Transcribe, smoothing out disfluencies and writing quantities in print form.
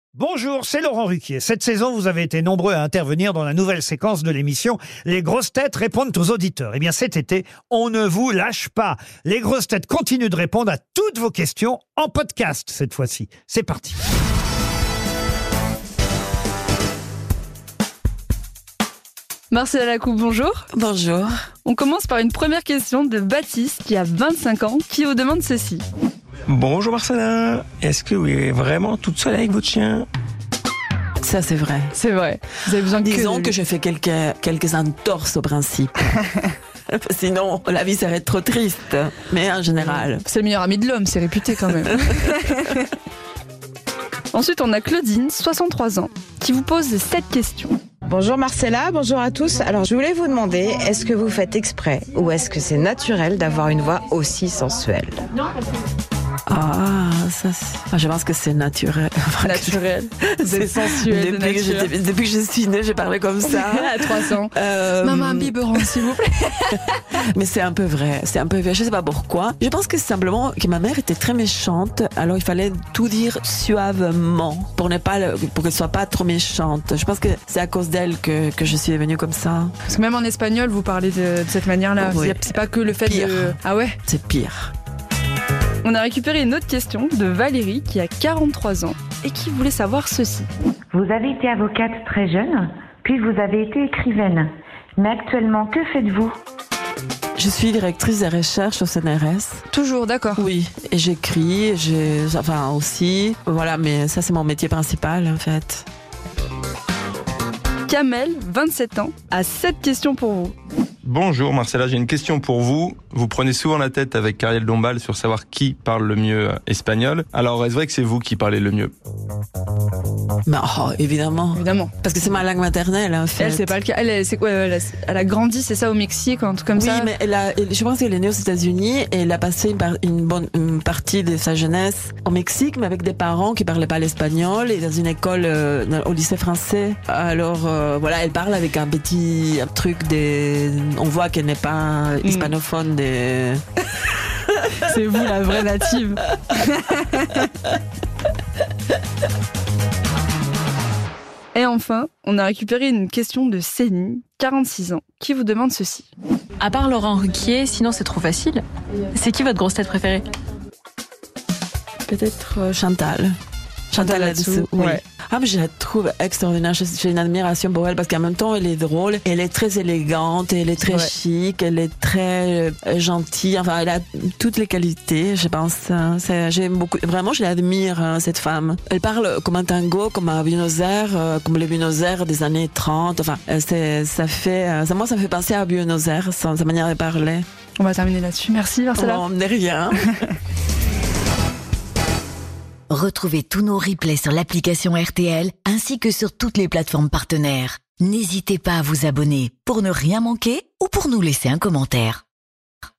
Bonjour, c'est Laurent Ruquier. Cette saison, vous avez été nombreux à intervenir dans la nouvelle séquence de l'émission « Les grosses têtes répondent aux auditeurs ». Eh bien, cet été, on ne vous lâche pas. Les grosses têtes continuent de répondre à toutes vos questions en podcast cette fois-ci. C'est parti. Marcella Lacoupe, bonjour. Bonjour. On commence par une première question de Baptiste, qui a 25 ans, qui vous demande ceci. Bonjour Marcella, est-ce que vous êtes vraiment toute seule avec votre chien? Ça, c'est vrai. C'est vrai. Vous avez besoin Disons que je fais quelques entorses au principe. Sinon, la vie serait trop triste. Mais en général. C'est le meilleur ami de l'homme, c'est réputé quand même. Ensuite, on a Claudine, 63 ans, qui vous pose 7 questions. Bonjour Marcella, bonjour à tous. Alors je voulais vous demander, est-ce que vous faites exprès ou est-ce que c'est naturel d'avoir une voix aussi sensuelle? Je pense que c'est naturel. Naturel. Vous êtes sensuel. Depuis que je suis née, j'ai parlé comme ça. À 300. Maman, un biberon, s'il vous plaît. Mais c'est un peu vrai. Je sais pas pourquoi. Je pense que c'est simplement que ma mère était très méchante. Alors il fallait tout dire suavement pour qu'elle soit pas trop méchante. Je pense que c'est à cause d'elle que je suis devenue comme ça. Parce que même en espagnol, vous parlez de cette manière-là. Oui. C'est pas que le fait Pire. de... Ah ouais? C'est pire. On a récupéré une autre question de Valérie, qui a 43 ans, et qui voulait savoir ceci. Vous avez été avocate très jeune, puis vous avez été écrivaine. Mais actuellement, que faites-vous? Je suis directrice des recherches au CNRS. Toujours, d'accord. Oui, et j'écris, aussi. Voilà, mais ça c'est mon métier principal en fait. Kamel, 27 ans, a 7 questions pour vous. Bonjour Marcella, j'ai une question pour vous. Vous prenez souvent la tête avec Ariel Dombal sur savoir qui parle le mieux espagnol. Alors est-ce vrai que c'est vous qui parlez le mieux? Évidemment. Évidemment. Parce que c'est ma langue maternelle en fait. Elle, c'est pas le cas. Elle a grandi, c'est ça, au Mexique, un truc comme ça? Oui, mais je pense qu'elle est née aux États-Unis et elle a passé une partie de sa jeunesse au Mexique, mais avec des parents qui parlaient pas l'espagnol et dans une école, au lycée français. Alors, elle parle avec un truc on voit qu'elle n'est pas hispanophone C'est vous la vraie native. Et enfin, on a récupéré une question de Céline, 46 ans, qui vous demande ceci. À part Laurent Ruquier, sinon c'est trop facile. C'est qui votre grosse tête préférée? Peut-être Chantal. Chantal là-dessous, oui. Ouais. Mais je la trouve extraordinaire. J'ai une admiration pour elle parce qu'en même temps, elle est drôle, elle est très élégante, elle est très chic, elle est très gentille. Enfin, elle a toutes les qualités, je pense. J'aime beaucoup. Vraiment, je l'admire, cette femme. Elle parle comme un tango, comme un Buenos Aires, comme les Buenos Aires des années 30. Enfin, moi, ça me fait penser à Buenos Aires, sa manière de parler. On va terminer là-dessus. Merci, Marcella. On n'est rien. Retrouvez tous nos replays sur l'application RTL ainsi que sur toutes les plateformes partenaires. N'hésitez pas à vous abonner pour ne rien manquer ou pour nous laisser un commentaire.